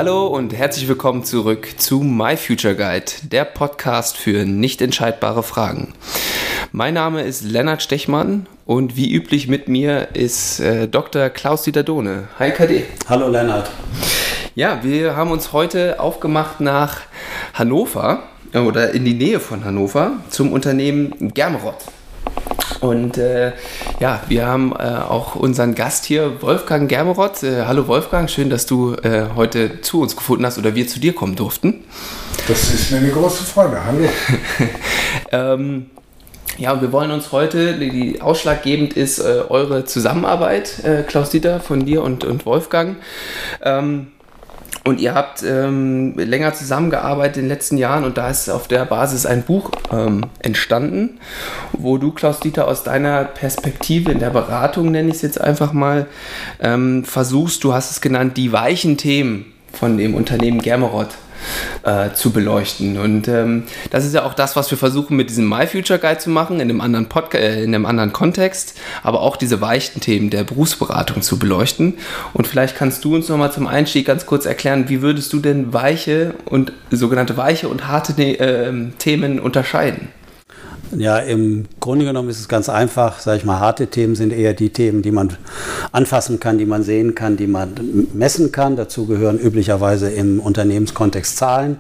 Hallo und herzlich willkommen zurück zu My Future Guide, der Podcast für nicht entscheidbare Fragen. Mein Name ist Lennart Stechmann und wie üblich mit mir ist Dr. Klaus-Dieter Dohne. Hi KD. Hallo Lennart. Ja, wir haben uns heute aufgemacht nach Hannover oder in die Nähe von Hannover zum Unternehmen Germerod. Und wir haben auch unseren Gast hier, Wolfgang Germerod. Hallo Wolfgang, schön, dass du heute zu uns gefunden hast oder wir zu dir kommen durften. Das ist mir eine große Freude. Hallo. Und wir wollen uns heute, die ausschlaggebend ist eure Zusammenarbeit, Klaus-Dieter, von dir und Wolfgang. Und ihr habt länger zusammengearbeitet in den letzten Jahren und da ist auf der Basis ein Buch entstanden, wo du, Klaus-Dieter, aus deiner Perspektive in der Beratung, nenne ich es jetzt einfach mal, versuchst, du hast es genannt, die weichen Themen von dem Unternehmen Germerod zu beleuchten. Und das ist ja auch das, was wir versuchen mit diesem My Future Guide zu machen, in einem anderen Kontext, aber auch diese weichen Themen der Berufsberatung zu beleuchten. Und vielleicht kannst du uns nochmal zum Einstieg ganz kurz erklären, wie würdest du denn sogenannte weiche und harte Themen unterscheiden? Ja, im Grunde genommen ist es ganz einfach, sage ich mal, harte Themen sind eher die Themen, die man anfassen kann, die man sehen kann, die man messen kann. Dazu gehören üblicherweise im Unternehmenskontext Zahlen.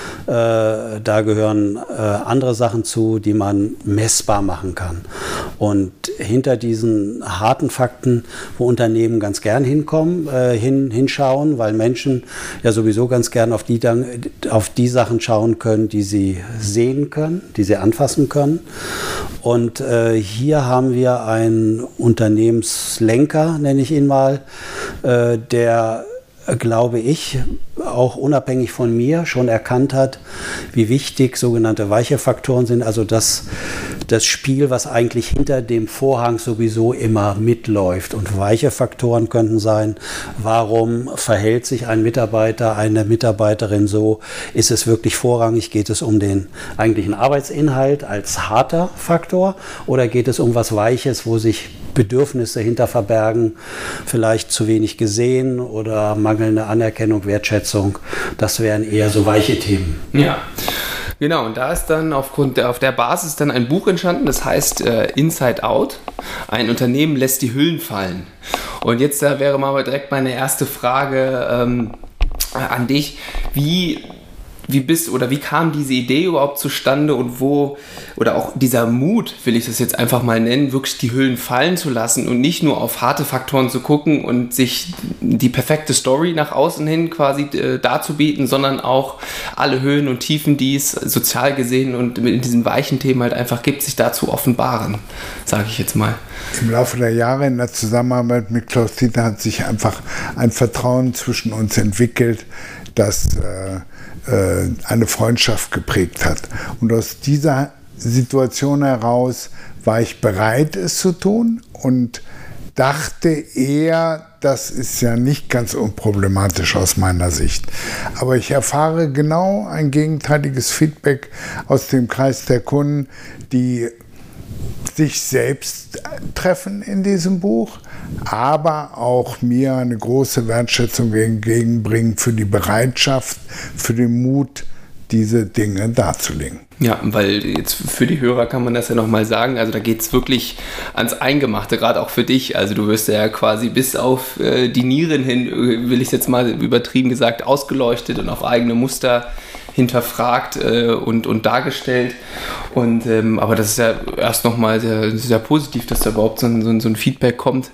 Da gehören andere Sachen zu, die man messbar machen kann. Und hinter diesen harten Fakten, wo Unternehmen ganz gern hinschauen, weil Menschen ja sowieso ganz gern auf die Sachen schauen können, die sie sehen können, die sie anfassen können. Und hier haben wir einen Unternehmenslenker, nenne ich ihn mal, der, glaube ich, auch unabhängig von mir schon erkannt hat, wie wichtig sogenannte weiche Faktoren sind, also das Spiel, was eigentlich hinter dem Vorhang sowieso immer mitläuft. Und weiche Faktoren könnten sein, warum verhält sich ein Mitarbeiter, eine Mitarbeiterin so, ist es wirklich vorrangig, geht es um den eigentlichen Arbeitsinhalt als harter Faktor oder geht es um was Weiches, wo sich Bedürfnisse hinter verbergen, vielleicht zu wenig gesehen oder mangelnde Anerkennung, Wertschätzung. Das wären eher so weiche Themen. Ja, genau. Und da ist dann auf der Basis dann ein Buch entstanden, das heißt Inside Out. Ein Unternehmen lässt die Hüllen fallen. Und jetzt wäre mal direkt meine erste Frage an dich. Wie kam diese Idee überhaupt zustande und oder auch dieser Mut, will ich das jetzt einfach mal nennen, wirklich die Hüllen fallen zu lassen und nicht nur auf harte Faktoren zu gucken und sich die perfekte Story nach außen hin quasi darzubieten, sondern auch alle Höhen und Tiefen, die es sozial gesehen und in diesen weichen Themen halt einfach gibt, sich da zu offenbaren, sage ich jetzt mal. Im Laufe der Jahre in der Zusammenarbeit mit Klaus-Dieter hat sich einfach ein Vertrauen zwischen uns entwickelt, das eine Freundschaft geprägt hat. Und aus dieser Situation heraus war ich bereit, es zu tun und dachte eher, das ist ja nicht ganz unproblematisch aus meiner Sicht. Aber ich erfahre genau ein gegenteiliges Feedback aus dem Kreis der Kunden, die sich selbst treffen in diesem Buch, aber auch mir eine große Wertschätzung entgegenbringen für die Bereitschaft, für den Mut, diese Dinge darzulegen. Ja, weil jetzt für die Hörer kann man das ja nochmal sagen, also da geht es wirklich ans Eingemachte, gerade auch für dich. Also du wirst ja quasi bis auf die Nieren hin, will ich es jetzt mal übertrieben gesagt, ausgeleuchtet und auf eigene Muster hinterfragt und dargestellt. Aber das ist ja erst nochmal sehr positiv, dass da überhaupt so ein Feedback kommt,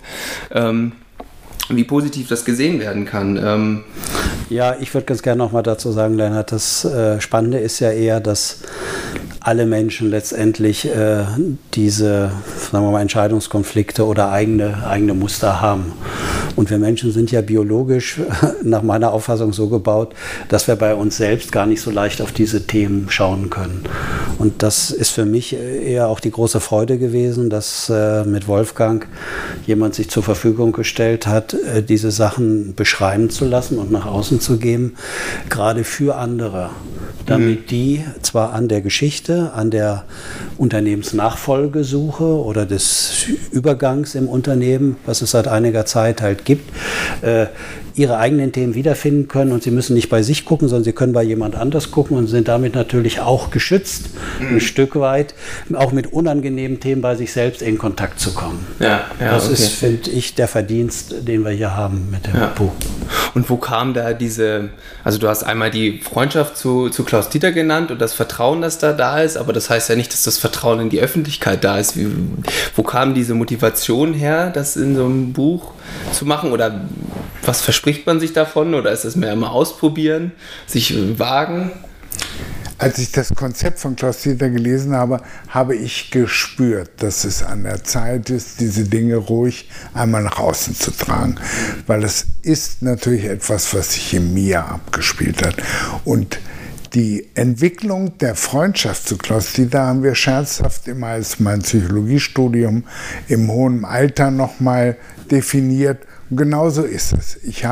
wie positiv das gesehen werden kann. Ja, ich würde ganz gerne nochmal dazu sagen, Lennart, das Spannende ist ja eher, dass alle Menschen letztendlich diese, sagen wir mal, Entscheidungskonflikte oder eigene Muster haben. Und wir Menschen sind ja biologisch nach meiner Auffassung so gebaut, dass wir bei uns selbst gar nicht so leicht auf diese Themen schauen können. Und das ist für mich eher auch die große Freude gewesen, dass mit Wolfgang jemand sich zur Verfügung gestellt hat, diese Sachen beschreiben zu lassen und nach außen zu geben, gerade für andere, damit die zwar an der Geschichte Interesse an der Unternehmensnachfolgesuche oder des Übergangs im Unternehmen, was es seit einiger Zeit halt gibt, ihre eigenen Themen wiederfinden können und sie müssen nicht bei sich gucken, sondern sie können bei jemand anders gucken und sind damit natürlich auch geschützt, ein Stück weit, auch mit unangenehmen Themen bei sich selbst in Kontakt zu kommen. Ja, das ist, finde ich, der Verdienst, den wir hier haben mit dem Buch. Und wo kam da also du hast einmal die Freundschaft zu Klaus Dieter genannt und das Vertrauen, das da ist, aber das heißt ja nicht, dass das Vertrauen in die Öffentlichkeit da ist. Wo kam diese Motivation her, das in so einem Buch zu machen, oder was verspricht man sich davon, oder ist es mehr mal ausprobieren, sich wagen? Als ich das Konzept von Klaus Dieter gelesen habe, habe ich gespürt, dass es an der Zeit ist, diese Dinge ruhig einmal nach außen zu tragen. Weil es ist natürlich etwas, was sich in mir abgespielt hat. Und die Entwicklung der Freundschaft zu Klaus Dieter haben wir scherzhaft immer als mein Psychologiestudium im hohen Alter nochmal definiert. Und genauso ist es. Ich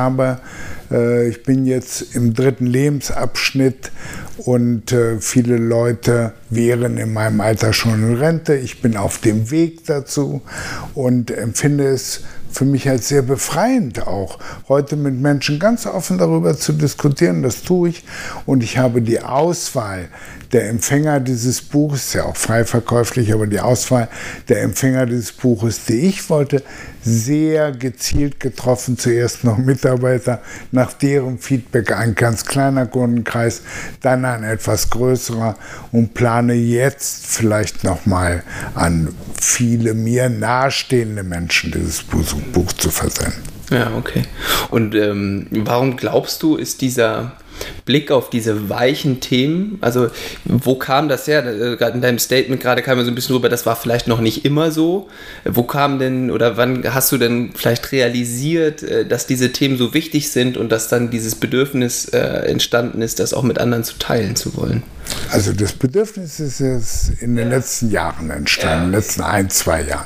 bin jetzt im 3. Lebensabschnitt und viele Leute wären in meinem Alter schon in Rente. Ich bin auf dem Weg dazu und empfinde es für mich als sehr befreiend auch, heute mit Menschen ganz offen darüber zu diskutieren. Das tue ich. Und ich habe die Auswahl der Empfänger dieses Buches, ja auch frei verkäuflich, aber die Auswahl der Empfänger dieses Buches, die ich wollte, sehr gezielt getroffen. Zuerst noch Mitarbeiter, nach deren Feedback ein ganz kleiner Kundenkreis, dann ein etwas größerer, und plane jetzt vielleicht nochmal an viele mir nahestehende Menschen dieses Buch zu versenden. Ja, okay. Und warum glaubst du, ist dieser Blick auf diese weichen Themen, also wo kam das her? Gerade in deinem Statement gerade kam ja so ein bisschen rüber, das war vielleicht noch nicht immer so. Wo kam denn, oder wann hast du denn vielleicht realisiert, dass diese Themen so wichtig sind und dass dann dieses Bedürfnis entstanden ist, das auch mit anderen zu teilen zu wollen? Also das Bedürfnis ist jetzt in den letzten Jahren entstanden, in den letzten 1-2 Jahren.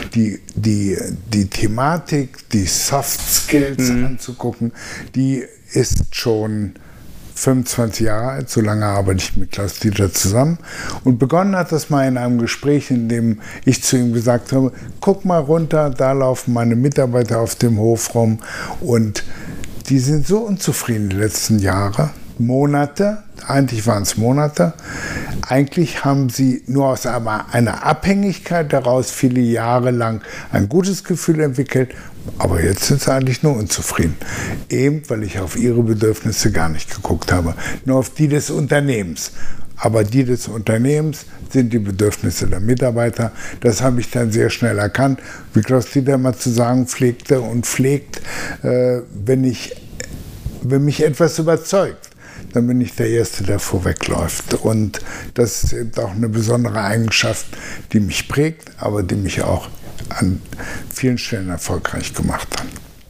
Die Thematik, die Soft Skills anzugucken, die ist schon 25 Jahre alt, so lange arbeite ich mit Klaus Dieter zusammen. Und begonnen hat das mal in einem Gespräch, in dem ich zu ihm gesagt habe, guck mal runter, da laufen meine Mitarbeiter auf dem Hof rum und die sind so unzufrieden die letzten Jahre, Monate, eigentlich waren es Monate. Eigentlich haben sie nur aus einer Abhängigkeit daraus viele Jahre lang ein gutes Gefühl entwickelt, aber jetzt sind sie eigentlich nur unzufrieden. Eben, weil ich auf ihre Bedürfnisse gar nicht geguckt habe, nur auf die des Unternehmens. Aber die des Unternehmens sind die Bedürfnisse der Mitarbeiter. Das habe ich dann sehr schnell erkannt, wie Klaus Dieter immer zu sagen pflegte und pflegt, wenn mich etwas überzeugt, dann bin ich der Erste, der vorwegläuft. Und das ist eben auch eine besondere Eigenschaft, die mich prägt, aber die mich auch an vielen Stellen erfolgreich gemacht hat.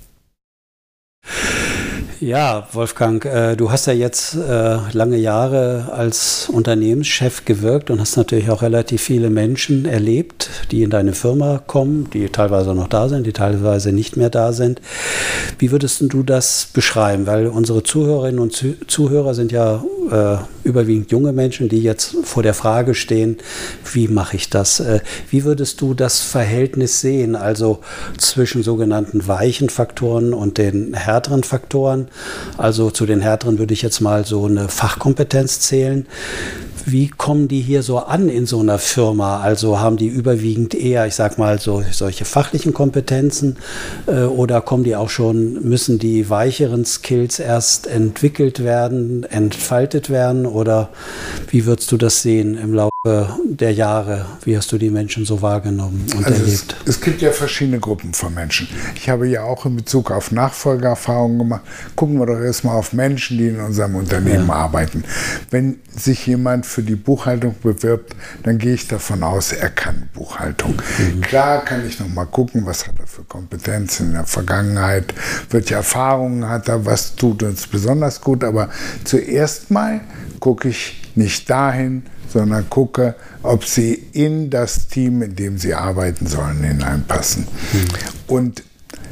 Ja, Wolfgang, du hast ja jetzt lange Jahre als Unternehmenschef gewirkt und hast natürlich auch relativ viele Menschen erlebt, die in deine Firma kommen, die teilweise noch da sind, die teilweise nicht mehr da sind. Wie würdest du das beschreiben? Weil unsere Zuhörerinnen und Zuhörer sind ja überwiegend junge Menschen, die jetzt vor der Frage stehen, wie mache ich das? Wie würdest du das Verhältnis sehen, also zwischen sogenannten weichen Faktoren und den härteren Faktoren? Also zu den härteren würde ich jetzt mal so eine Fachkompetenz zählen. Wie kommen die hier so an in so einer Firma? Also haben die überwiegend eher, ich sag mal, solche fachlichen Kompetenzen oder kommen die auch schon, müssen die weicheren Skills erst entwickelt werden, entfaltet werden, oder wie würdest du das sehen im Laufe der Jahre? Wie hast du die Menschen so wahrgenommen und erlebt? Es gibt ja verschiedene Gruppen von Menschen. Ich habe ja auch in Bezug auf Nachfolgeerfahrungen gemacht. Gucken wir doch erstmal auf Menschen, die in unserem Unternehmen arbeiten. Wenn sich jemand für die Buchhaltung bewirbt, dann gehe ich davon aus, er kann Buchhaltung. Klar kann ich noch mal gucken, was hat er für Kompetenzen in der Vergangenheit, welche Erfahrungen hat er, was tut uns besonders gut, aber zuerst mal gucke ich nicht dahin, sondern gucke, ob sie in das Team, in dem sie arbeiten sollen, hineinpassen. Und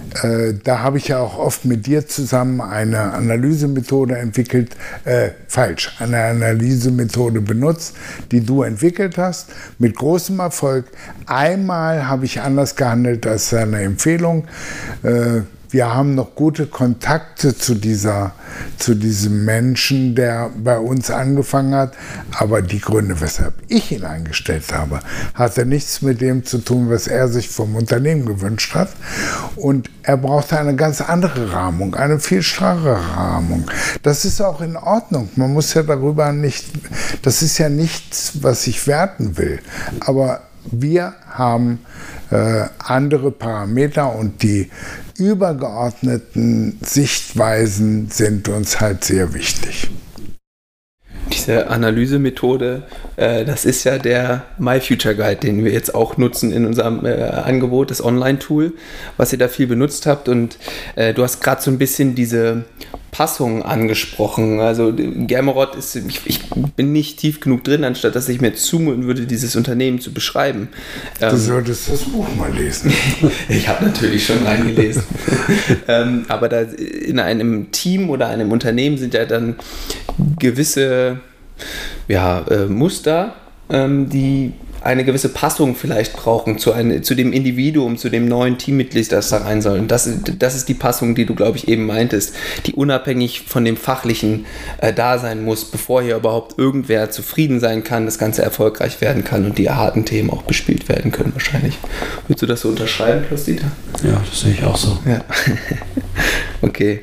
da habe ich ja auch oft mit dir zusammen eine Analysemethode entwickelt, eine Analysemethode benutzt, die du entwickelt hast, mit großem Erfolg. Einmal habe ich anders gehandelt als deine Empfehlung. Wir haben noch gute Kontakte zu diesem Menschen, der bei uns angefangen hat. Aber die Gründe, weshalb ich ihn eingestellt habe, hatte nichts mit dem zu tun, was er sich vom Unternehmen gewünscht hat. Und er brauchte eine ganz andere Rahmung, eine viel strengere Rahmung. Das ist auch in Ordnung. Man muss ja darüber nicht, das ist ja nichts, was ich werten will. Aber wir haben andere Parameter und die übergeordneten Sichtweisen sind uns halt sehr wichtig. Diese Analysemethode, das ist ja der My Future Guide, den wir jetzt auch nutzen in unserem Angebot, das Online-Tool, was ihr da viel benutzt habt. Und du hast gerade so ein bisschen diese Passung angesprochen. Also Germerod ist, ich bin nicht tief genug drin, anstatt dass ich mir zumuten würde, dieses Unternehmen zu beschreiben. Du solltest das Buch mal lesen. Ich habe natürlich schon reingelesen. Aber da in einem Team oder einem Unternehmen sind ja dann gewisse Muster, die eine gewisse Passung vielleicht brauchen zu dem Individuum, zu dem neuen Teammitglied, das da rein soll. Und das ist die Passung, die du, glaube ich, eben meintest, die unabhängig von dem Fachlichen da sein muss, bevor hier überhaupt irgendwer zufrieden sein kann, das Ganze erfolgreich werden kann und die harten Themen auch bespielt werden können wahrscheinlich. Würdest du das so unterschreiben, Klaus-Dieter? Ja, das sehe ich auch so. Ja. Okay.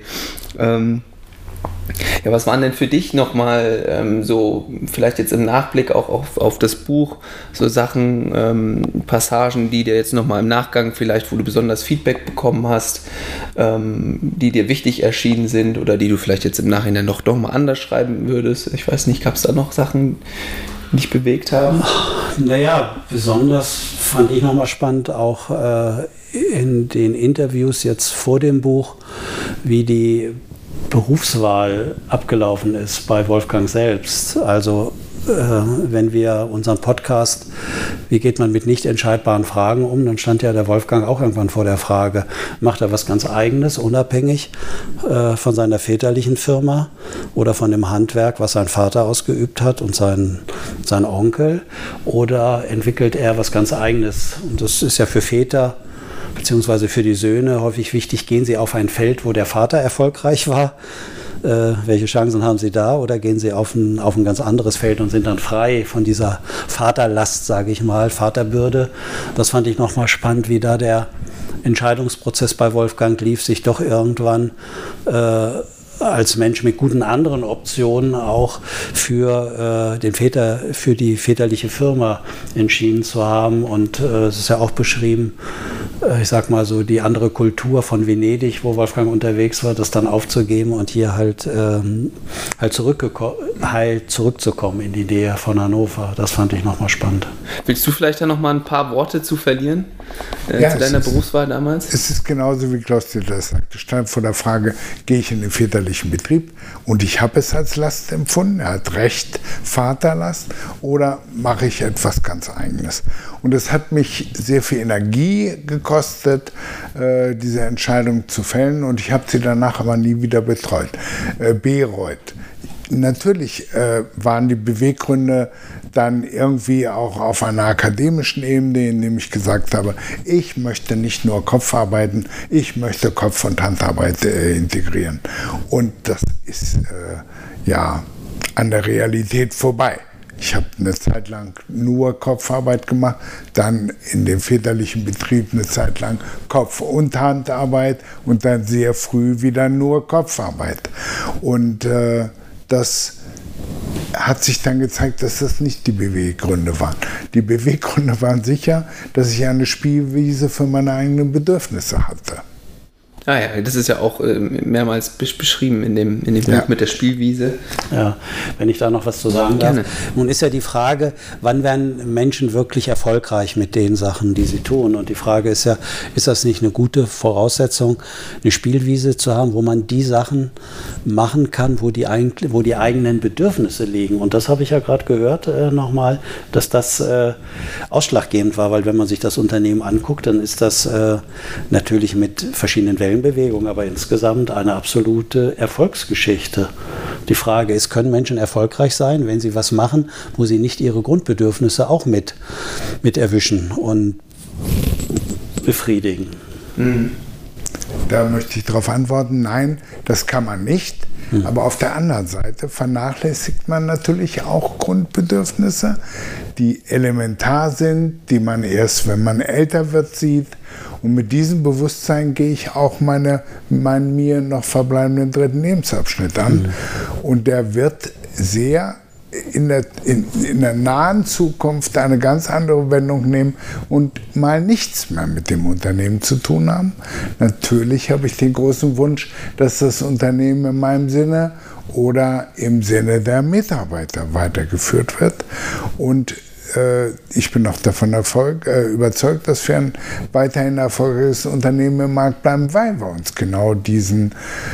Ja, was waren denn für dich nochmal so, vielleicht jetzt im Nachblick auch auf das Buch, so Sachen, Passagen, die dir jetzt nochmal im Nachgang vielleicht, wo du besonders Feedback bekommen hast, die dir wichtig erschienen sind oder die du vielleicht jetzt im Nachhinein noch mal anders schreiben würdest? Ich weiß nicht, gab es da noch Sachen, die dich bewegt haben? Naja, besonders fand ich nochmal spannend, auch in den Interviews jetzt vor dem Buch, wie die Berufswahl abgelaufen ist bei Wolfgang selbst. Also wenn wir unseren Podcast, wie geht man mit nicht entscheidbaren Fragen um, dann stand ja der Wolfgang auch irgendwann vor der Frage, macht er was ganz Eigenes, unabhängig von seiner väterlichen Firma oder von dem Handwerk, was sein Vater ausgeübt hat und sein Onkel, oder entwickelt er was ganz Eigenes? Und das ist ja für Väter beziehungsweise für die Söhne häufig wichtig, gehen sie auf ein Feld, wo der Vater erfolgreich war. Welche Chancen haben sie da? Oder gehen sie auf ein ganz anderes Feld und sind dann frei von dieser Vaterlast, sage ich mal, Vaterbürde. Das fand ich nochmal spannend, wie da der Entscheidungsprozess bei Wolfgang lief, sich doch irgendwann als Mensch mit guten anderen Optionen auch für die väterliche Firma entschieden zu haben. Und es ist ja auch beschrieben, ich sag mal so, die andere Kultur von Venedig, wo Wolfgang unterwegs war, das dann aufzugeben und hier halt zurückzukommen in die Nähe von Hannover. Das fand ich nochmal spannend. Willst du vielleicht da nochmal ein paar Worte zu verlieren zu deiner Berufswahl damals? Es ist genauso, wie Klaus-Dieter das sagt. Ich stand vor der Frage, gehe ich in den väterlichen Betrieb? Und ich habe es als Last empfunden. Er hat recht, Vaterlast. Oder mache ich etwas ganz Eigenes? Und es hat mich sehr viel Energie gekostet, diese Entscheidung zu fällen. Und ich habe sie danach aber nie wieder bereut. Natürlich waren die Beweggründe dann irgendwie auch auf einer akademischen Ebene, indem ich gesagt habe, ich möchte nicht nur Kopf arbeiten, ich möchte Kopf- und Handarbeit integrieren. Und das ist an der Realität vorbei. Ich habe eine Zeit lang nur Kopfarbeit gemacht, dann in dem väterlichen Betrieb eine Zeit lang Kopf- und Handarbeit und dann sehr früh wieder nur Kopfarbeit. Und das hat sich dann gezeigt, dass das nicht die Beweggründe waren. Die Beweggründe waren sicher, dass ich eine Spielwiese für meine eigenen Bedürfnisse hatte. Ah ja, das ist ja auch mehrmals beschrieben in dem Buch mit der Spielwiese. Ja, wenn ich da noch was zu sagen darf. Nun ist ja die Frage, wann werden Menschen wirklich erfolgreich mit den Sachen, die sie tun? Und die Frage ist ja, ist das nicht eine gute Voraussetzung, eine Spielwiese zu haben, wo man die Sachen machen kann, wo die eigenen Bedürfnisse liegen? Und das habe ich ja gerade gehört nochmal, dass das ausschlaggebend war, weil wenn man sich das Unternehmen anguckt, dann ist das natürlich mit verschiedenen Wellenbewegungen, aber insgesamt eine absolute Erfolgsgeschichte. Die Frage ist, können Menschen erfolgreich sein, wenn sie was machen, wo sie nicht ihre Grundbedürfnisse auch mit erwischen und befriedigen? Da möchte ich darauf antworten, nein, das kann man nicht. Aber auf der anderen Seite vernachlässigt man natürlich auch Grundbedürfnisse, die elementar sind, die man erst, wenn man älter wird, sieht. Und mit diesem Bewusstsein gehe ich auch meinen mir noch verbleibenden dritten Lebensabschnitt an. Und der wird sehr in der nahen Zukunft eine ganz andere Wendung nehmen und mal nichts mehr mit dem Unternehmen zu tun haben. Natürlich habe ich den großen Wunsch, dass das Unternehmen in meinem Sinne oder im Sinne der Mitarbeiter weitergeführt wird. Und ich bin auch davon überzeugt, dass wir ein weiterhin erfolgreiches Unternehmen im Markt bleiben, weil wir uns genau diesen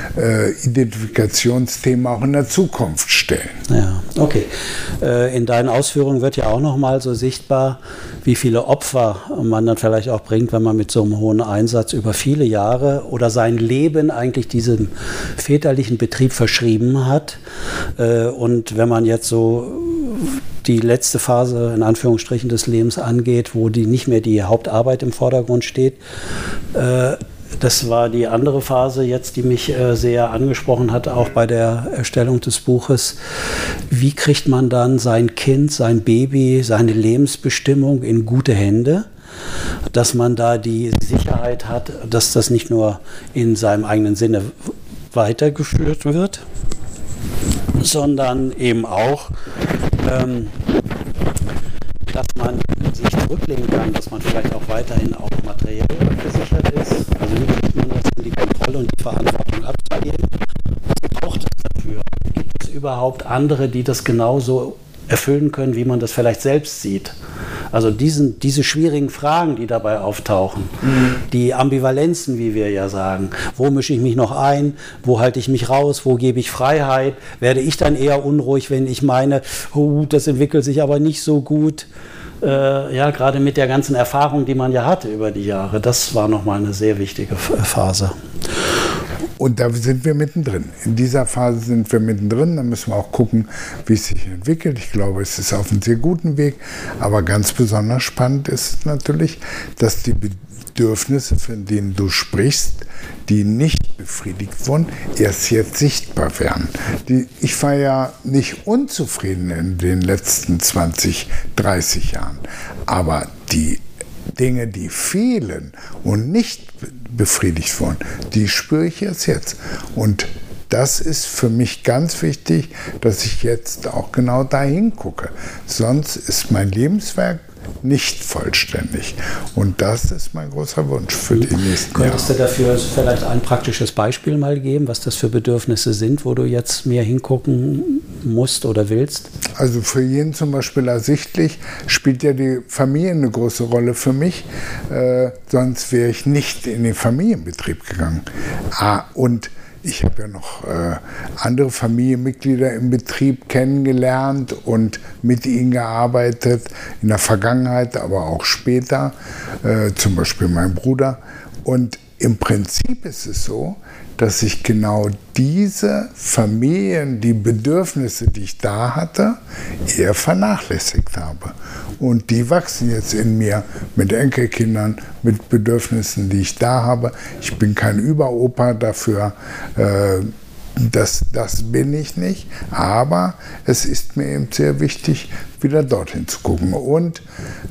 Identifikationsthema auch in der Zukunft stellen. Ja, okay. In deinen Ausführungen wird ja auch nochmal so sichtbar, wie viele Opfer man dann vielleicht auch bringt, wenn man mit so einem hohen Einsatz über viele Jahre oder sein Leben eigentlich diesem väterlichen Betrieb verschrieben hat. Und wenn man jetzt so die letzte Phase in Anführungsstrichen des Lebens angeht, wo nicht mehr die Hauptarbeit im Vordergrund steht. Das war die andere Phase jetzt, die mich sehr angesprochen hat, auch bei der Erstellung des Buches. Wie kriegt man dann sein Kind, sein Baby, seine Lebensbestimmung in gute Hände? Dass man da die Sicherheit hat, dass das nicht nur in seinem eigenen Sinne weitergeführt wird, sondern eben auch, dass man sich zurücklegen kann, dass man vielleicht auch weiterhin auch materiell gesichert ist. Also wie kriegt man das in die Kontrolle und die Verantwortung abzugeben? Was braucht es dafür? Gibt es überhaupt andere, die das genauso erfüllen können, wie man das vielleicht selbst sieht? Also diese schwierigen Fragen, die dabei auftauchen, die Ambivalenzen, wie wir ja sagen, wo mische ich mich noch ein, wo halte ich mich raus, wo gebe ich Freiheit, werde ich dann eher unruhig, wenn ich meine, das entwickelt sich aber nicht so gut. Ja, gerade mit der ganzen Erfahrung, die man ja hatte über die Jahre, das war nochmal eine sehr wichtige Phase. Und da sind wir mittendrin. In dieser Phase sind wir mittendrin. Da müssen wir auch gucken, wie es sich entwickelt. Ich glaube, es ist auf einem sehr guten Weg. Aber ganz besonders spannend ist natürlich, dass die Bedürfnisse, von denen du sprichst, die nicht befriedigt wurden, erst jetzt sichtbar werden. Ich war ja nicht unzufrieden in den letzten 20, 30 Jahren. Aber die Dinge, die fehlen und nicht befriedigt wurden, die spüre ich jetzt. Und das ist für mich ganz wichtig, dass ich jetzt auch genau dahin gucke. Sonst ist mein Lebenswerk nicht vollständig. Und das ist mein großer Wunsch für die nächsten Jahre. Könntest du dafür vielleicht ein praktisches Beispiel mal geben, was das für Bedürfnisse sind, wo du jetzt mehr hingucken musst oder willst? Also für jeden zum Beispiel ersichtlich spielt ja die Familie eine große Rolle für mich. Sonst wäre ich nicht in den Familienbetrieb gegangen. Und ich habe ja noch andere Familienmitglieder im Betrieb kennengelernt und mit ihnen gearbeitet, in der Vergangenheit, aber auch später, zum Beispiel mein Bruder. Und im Prinzip ist es so, dass ich genau diese Familien, die Bedürfnisse, die ich da hatte, eher vernachlässigt habe. Und die wachsen jetzt in mir mit Enkelkindern, mit Bedürfnissen, die ich da habe. Ich bin kein Überopa dafür, das bin ich nicht. Aber es ist mir eben sehr wichtig, wieder dorthin zu gucken. Und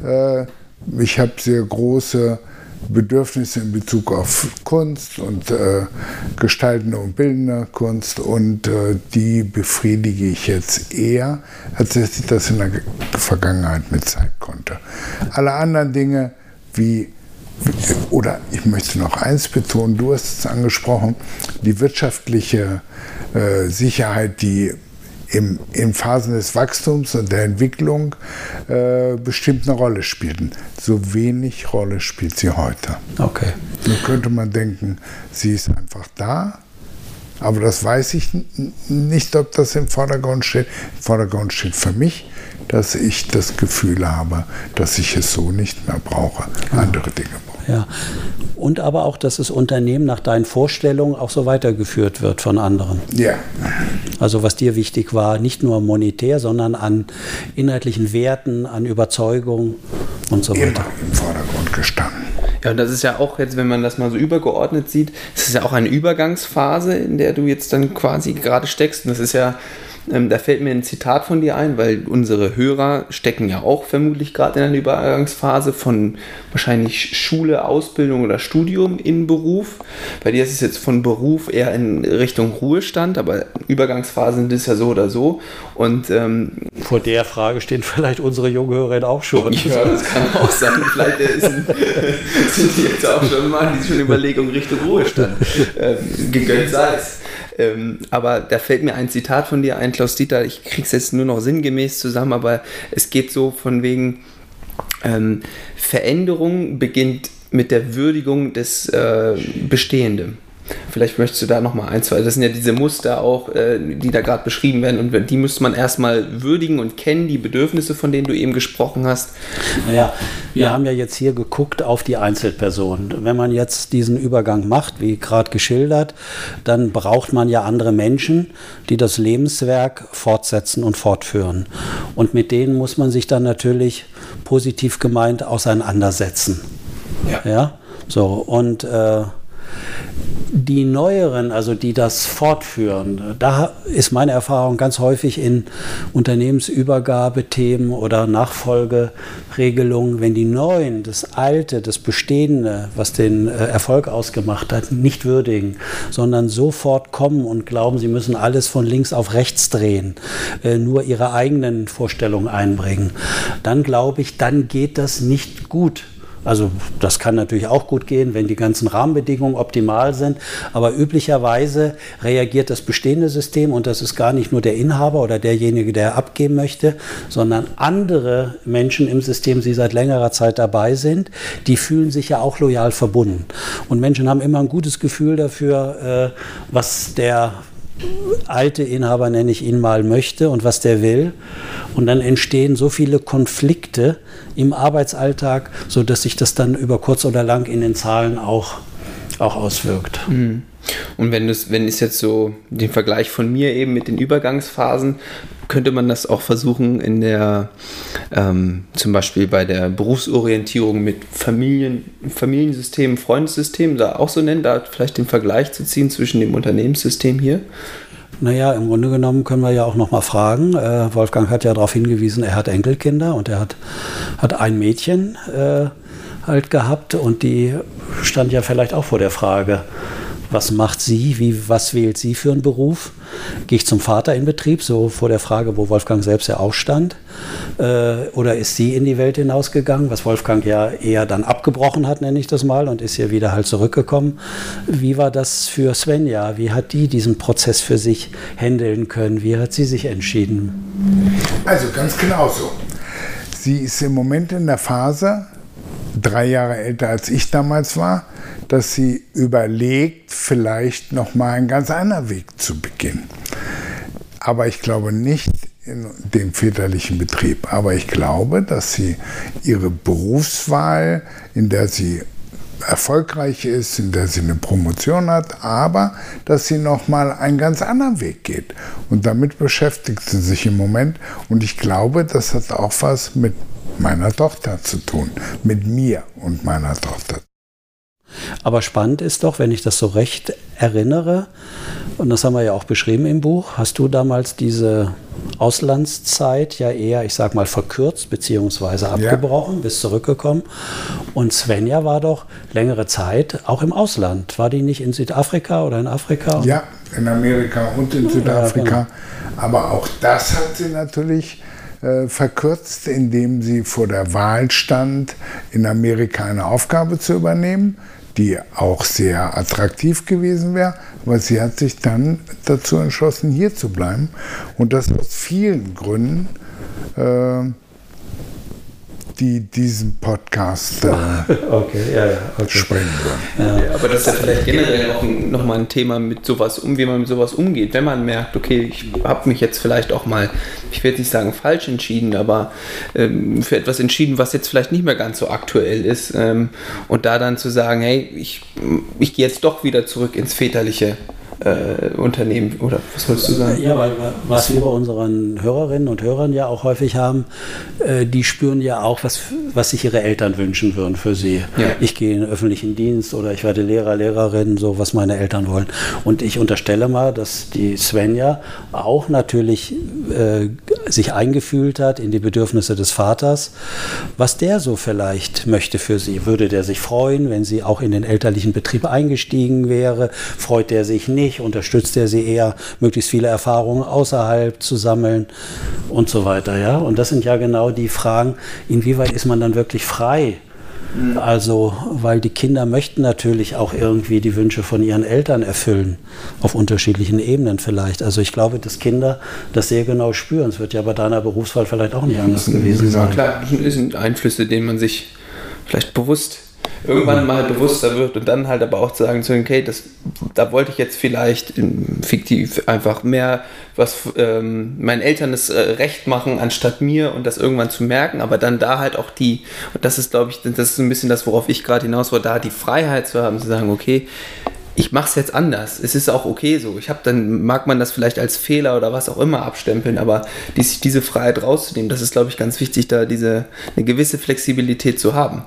ich habe sehr große Bedürfnisse in Bezug auf Kunst und gestaltende und bildende Kunst und die befriedige ich jetzt eher, als dass ich das in der Vergangenheit mit Zeit konnte. Alle anderen Dinge wie oder ich möchte noch eins betonen, du hast es angesprochen, die wirtschaftliche Sicherheit, die in Phasen des Wachstums und der Entwicklung bestimmt eine Rolle spielten. So wenig Rolle spielt sie heute. Okay. Nun könnte man denken, sie ist einfach da, aber das weiß ich nicht, ob das im Vordergrund steht. Im Vordergrund steht für mich, dass ich das Gefühl habe, dass ich es so nicht mehr brauche, andere Dinge brauche. Ja. Und aber auch, dass das Unternehmen nach deinen Vorstellungen auch so weitergeführt wird von anderen. Ja. Also was dir wichtig war, nicht nur monetär, sondern an inhaltlichen Werten, an Überzeugung und so weiter. Immer im Vordergrund gestanden. Ja, und das ist ja auch jetzt, wenn man das mal so übergeordnet sieht, das ist ja auch eine Übergangsphase, in der du jetzt dann quasi gerade steckst. Und das ist ja, da fällt mir ein Zitat von dir ein, weil unsere Hörer stecken ja auch vermutlich gerade in einer Übergangsphase von wahrscheinlich Schule, Ausbildung oder Studium in Beruf. Bei dir ist es jetzt von Beruf eher in Richtung Ruhestand, aber Übergangsphasen sind es ja so oder so. Und vor der Frage stehen vielleicht unsere jungen Hörer auch schon. Ja, das kann auch sein. Vielleicht sind die jetzt auch schon mal die Überlegung Richtung Ruhestand. Gegönnt sei es. Aber da fällt mir ein Zitat von dir ein, Klaus-Dieter, ich krieg's jetzt nur noch sinngemäß zusammen, aber es geht so von wegen Veränderung beginnt mit der Würdigung des Bestehenden. Vielleicht möchtest du da nochmal ein, zwei, das sind ja diese Muster auch, die da gerade beschrieben werden und die müsste man erstmal würdigen und kennen, die Bedürfnisse, von denen du eben gesprochen hast. Naja, wir haben ja jetzt hier geguckt auf die Einzelperson. Wenn man jetzt diesen Übergang macht, wie gerade geschildert, dann braucht man ja andere Menschen, die das Lebenswerk fortsetzen und fortführen. Und mit denen muss man sich dann natürlich positiv gemeint auseinandersetzen. Ja? So, und die Neueren, also die das fortführen, da ist meine Erfahrung ganz häufig in Unternehmensübergabethemen oder Nachfolgeregelungen, wenn die Neuen das Alte, das Bestehende, was den Erfolg ausgemacht hat, nicht würdigen, sondern sofort kommen und glauben, sie müssen alles von links auf rechts drehen, nur ihre eigenen Vorstellungen einbringen, dann glaube ich, dann geht das nicht gut. Also das kann natürlich auch gut gehen, wenn die ganzen Rahmenbedingungen optimal sind, aber üblicherweise reagiert das bestehende System, und das ist gar nicht nur der Inhaber oder derjenige, der abgeben möchte, sondern andere Menschen im System, die seit längerer Zeit dabei sind, die fühlen sich ja auch loyal verbunden. Und Menschen haben immer ein gutes Gefühl dafür, was der alte Inhaber, nenne ich ihn mal, möchte und was der will. Und dann entstehen so viele Konflikte im Arbeitsalltag, sodass sich das dann über kurz oder lang in den Zahlen auch auswirkt. Mhm. Und wenn es jetzt so den Vergleich von mir eben mit den Übergangsphasen, könnte man das auch versuchen in der, zum Beispiel bei der Berufsorientierung mit Familiensystemen, Freundessystemen, da auch so nennen, da vielleicht den Vergleich zu ziehen zwischen dem Unternehmenssystem hier? Naja, im Grunde genommen können wir ja auch noch mal fragen. Wolfgang hat ja darauf hingewiesen, er hat Enkelkinder und er hat ein Mädchen halt gehabt und die stand ja vielleicht auch vor der Frage, was macht sie, was wählt sie für einen Beruf? Gehe ich zum Vater in Betrieb, so vor der Frage, wo Wolfgang selbst ja auch stand? Oder ist sie in die Welt hinausgegangen, was Wolfgang ja eher dann abgebrochen hat, nenne ich das mal, und ist ja wieder halt zurückgekommen. Wie war das für Svenja? Wie hat die diesen Prozess für sich handeln können? Wie hat sie sich entschieden? Also ganz genau so. Sie ist im Moment in der Phase, 3 Jahre älter als ich damals war, dass sie überlegt, vielleicht nochmal einen ganz anderen Weg zu beginnen. Aber ich glaube nicht in dem väterlichen Betrieb. Aber ich glaube, dass sie ihre Berufswahl, in der sie erfolgreich ist, in der sie eine Promotion hat, aber dass sie nochmal einen ganz anderen Weg geht. Und damit beschäftigt sie sich im Moment. Und ich glaube, das hat auch was mit meiner Tochter zu tun, mit mir und meiner Tochter. Aber spannend ist doch, wenn ich das so recht erinnere, und das haben wir ja auch beschrieben im Buch, hast du damals diese Auslandszeit ja eher, ich sag mal, verkürzt bzw. abgebrochen, bist zurückgekommen. Und Svenja war doch längere Zeit auch im Ausland. War die nicht in Südafrika oder in Afrika? Ja, in Amerika und in Südafrika. Ja, genau. Aber auch das hat sie natürlich verkürzt, indem sie vor der Wahl stand, in Amerika eine Aufgabe zu übernehmen, die auch sehr attraktiv gewesen wäre, aber sie hat sich dann dazu entschlossen, hier zu bleiben und das aus vielen Gründen, die diesen Podcast sprengen würden. Ja, aber das ist ja vielleicht generell auch nochmal ein Thema mit sowas wie man mit sowas umgeht. Wenn man merkt, okay, ich habe mich jetzt vielleicht auch mal, ich will jetzt nicht sagen falsch entschieden, aber für etwas entschieden, was jetzt vielleicht nicht mehr ganz so aktuell ist. Und da dann zu sagen, hey, ich gehe jetzt doch wieder zurück ins väterliche Unternehmen, oder was wolltest du sagen? Ja, weil was wir bei unseren Hörerinnen und Hörern ja auch häufig haben, die spüren ja auch, was sich ihre Eltern wünschen würden für sie. Ja. Ich gehe in den öffentlichen Dienst oder ich werde Lehrer, Lehrerin, so was meine Eltern wollen. Und ich unterstelle mal, dass die Svenja auch natürlich sich eingefühlt hat in die Bedürfnisse des Vaters, was der so vielleicht möchte für sie. Würde der sich freuen, wenn sie auch in den elterlichen Betrieb eingestiegen wäre? Freut der sich nicht? Unterstützt er sie eher, möglichst viele Erfahrungen außerhalb zu sammeln und so weiter. Ja? Und das sind ja genau die Fragen, inwieweit ist man dann wirklich frei? Also, weil die Kinder möchten natürlich auch irgendwie die Wünsche von ihren Eltern erfüllen, auf unterschiedlichen Ebenen vielleicht. Also ich glaube, dass Kinder das sehr genau spüren. Es wird ja bei deiner Berufswahl vielleicht auch nicht anders gewesen sein. Klar, das sind Einflüsse, denen man sich vielleicht irgendwann mal bewusster wird und dann halt aber auch zu sagen, okay, da wollte ich jetzt vielleicht fiktiv einfach mehr was meinen Eltern das recht machen, anstatt mir und das irgendwann zu merken, aber dann da halt auch und das ist, glaube ich, das ist ein bisschen das, worauf ich gerade hinaus wollte, da die Freiheit zu haben, zu sagen, okay, ich mache es jetzt anders. Es ist auch okay so. Dann mag man das vielleicht als Fehler oder was auch immer abstempeln, aber diese Freiheit rauszunehmen, das ist, glaube ich, ganz wichtig, da eine gewisse Flexibilität zu haben.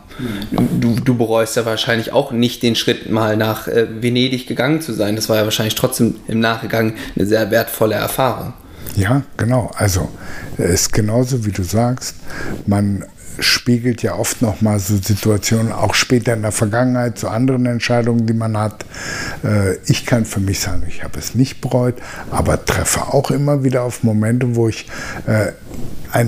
Du bereust ja wahrscheinlich auch nicht den Schritt, mal nach Venedig gegangen zu sein. Das war ja wahrscheinlich trotzdem im Nachgang eine sehr wertvolle Erfahrung. Ja, genau. Also es ist genauso, wie du sagst. Man spiegelt ja oft noch mal so Situationen, auch später in der Vergangenheit, zu anderen Entscheidungen, die man hat. Ich kann für mich sagen, ich habe es nicht bereut, aber treffe auch immer wieder auf Momente, wo ich einen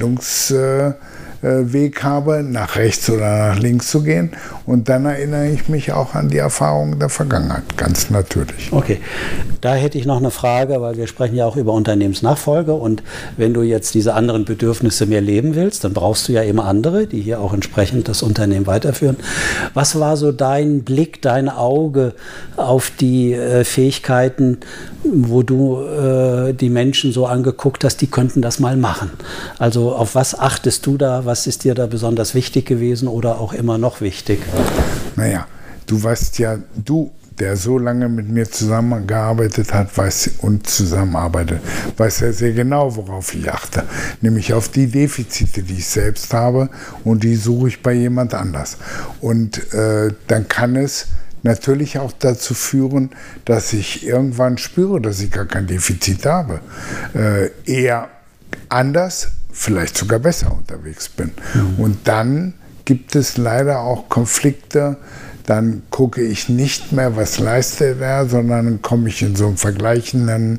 Entscheidungsweg habe, nach rechts oder nach links zu gehen. Und dann erinnere ich mich auch an die Erfahrungen der Vergangenheit, ganz natürlich. Okay, da hätte ich noch eine Frage, weil wir sprechen ja auch über Unternehmensnachfolge. Und wenn du jetzt diese anderen Bedürfnisse mehr leben willst, dann brauchst du ja immer andere, die hier auch entsprechend das Unternehmen weiterführen. Was war so dein Blick, dein Auge auf die Fähigkeiten, wo du die Menschen so angeguckt hast, die könnten das mal machen? Also auf was achtest du da? Was ist dir da besonders wichtig gewesen oder auch immer noch wichtig? Naja, du weißt ja, der so lange mit mir zusammengearbeitet hat und zusammenarbeitet, weiß ja sehr genau, worauf ich achte. Nämlich auf die Defizite, die ich selbst habe, und die suche ich bei jemand anders. Und dann kann es natürlich auch dazu führen, dass ich irgendwann spüre, dass ich gar kein Defizit habe. Eher anders, vielleicht sogar besser unterwegs bin. Und dann gibt es leider auch Konflikte. Dann gucke ich nicht mehr, was leistet er, sondern dann komme ich in so eine vergleichende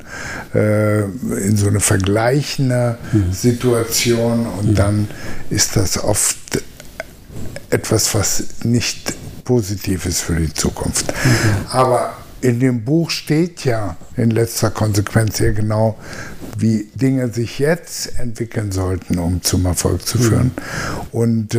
Situation, und dann ist das oft etwas, was nicht positiv ist für die Zukunft. Aber in dem Buch steht ja in letzter Konsequenz sehr genau, wie Dinge sich jetzt entwickeln sollten, um zum Erfolg zu führen. Und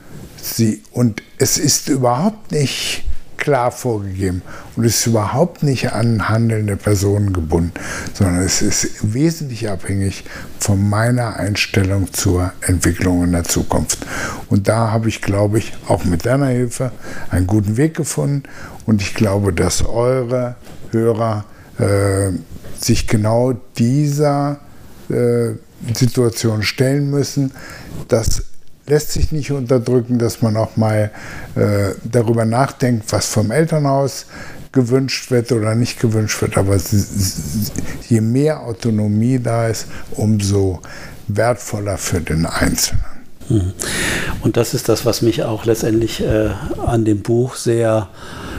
es ist überhaupt nicht klar vorgegeben und es ist überhaupt nicht an handelnde Personen gebunden, sondern es ist wesentlich abhängig von meiner Einstellung zur Entwicklung in der Zukunft. Und da habe ich, glaube ich, auch mit deiner Hilfe einen guten Weg gefunden, und ich glaube, dass eure Hörer sich genau dieser Situation stellen müssen. Das lässt sich nicht unterdrücken, dass man auch mal darüber nachdenkt, was vom Elternhaus gewünscht wird oder nicht gewünscht wird. Aber je mehr Autonomie da ist, umso wertvoller für den Einzelnen. Und das ist das, was mich auch letztendlich an dem Buch sehr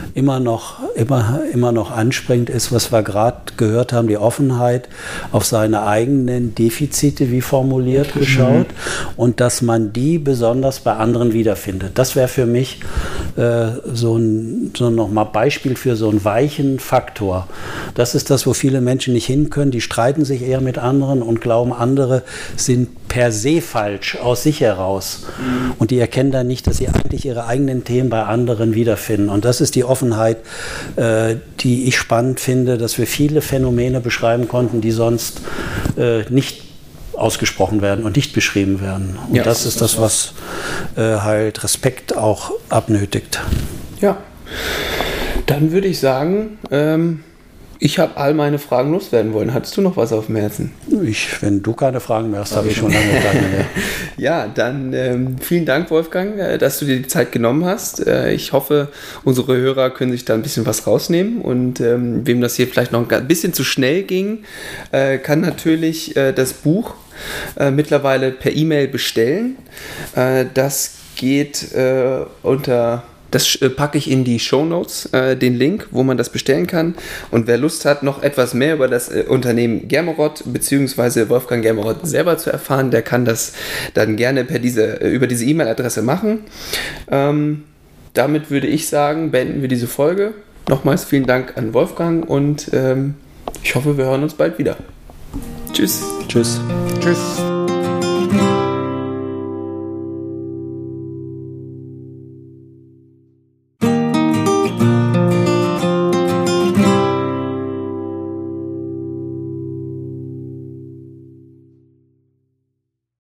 immer noch anspringend ist, was wir gerade gehört haben, die Offenheit auf seine eigenen Defizite, wie formuliert, geschaut und dass man die besonders bei anderen wiederfindet. Das wäre für mich so nochmal Beispiel für so einen weichen Faktor. Das ist das, wo viele Menschen nicht hin können. Die streiten sich eher mit anderen und glauben, andere sind per se falsch aus sich heraus. Und die erkennen dann nicht, dass sie eigentlich ihre eigenen Themen bei anderen wiederfinden. Und das ist die Offenheit, die ich spannend finde, dass wir viele Phänomene beschreiben konnten, die sonst nicht ausgesprochen werden und nicht beschrieben werden. Und ja, das ist das, was halt Respekt auch abnötigt. Ja, dann würde ich sagen, ich habe all meine Fragen loswerden wollen. Hattest du noch was auf dem Herzen? Wenn du keine Fragen mehr hast, habe ich schon lange keine mehr. Ja, dann vielen Dank, Wolfgang, dass du dir die Zeit genommen hast. Ich hoffe, unsere Hörer können sich da ein bisschen was rausnehmen. Und wem das hier vielleicht noch ein bisschen zu schnell ging, kann natürlich das Buch mittlerweile per E-Mail bestellen. Das geht unter... Das packe ich in die Shownotes, den Link, wo man das bestellen kann. Und wer Lust hat, noch etwas mehr über das Unternehmen Germerod bzw. Wolfgang Germerod selber zu erfahren, der kann das dann gerne über diese E-Mail-Adresse machen. Damit würde ich sagen, beenden wir diese Folge. Nochmals vielen Dank an Wolfgang und ich hoffe, wir hören uns bald wieder. Tschüss. Tschüss. Tschüss.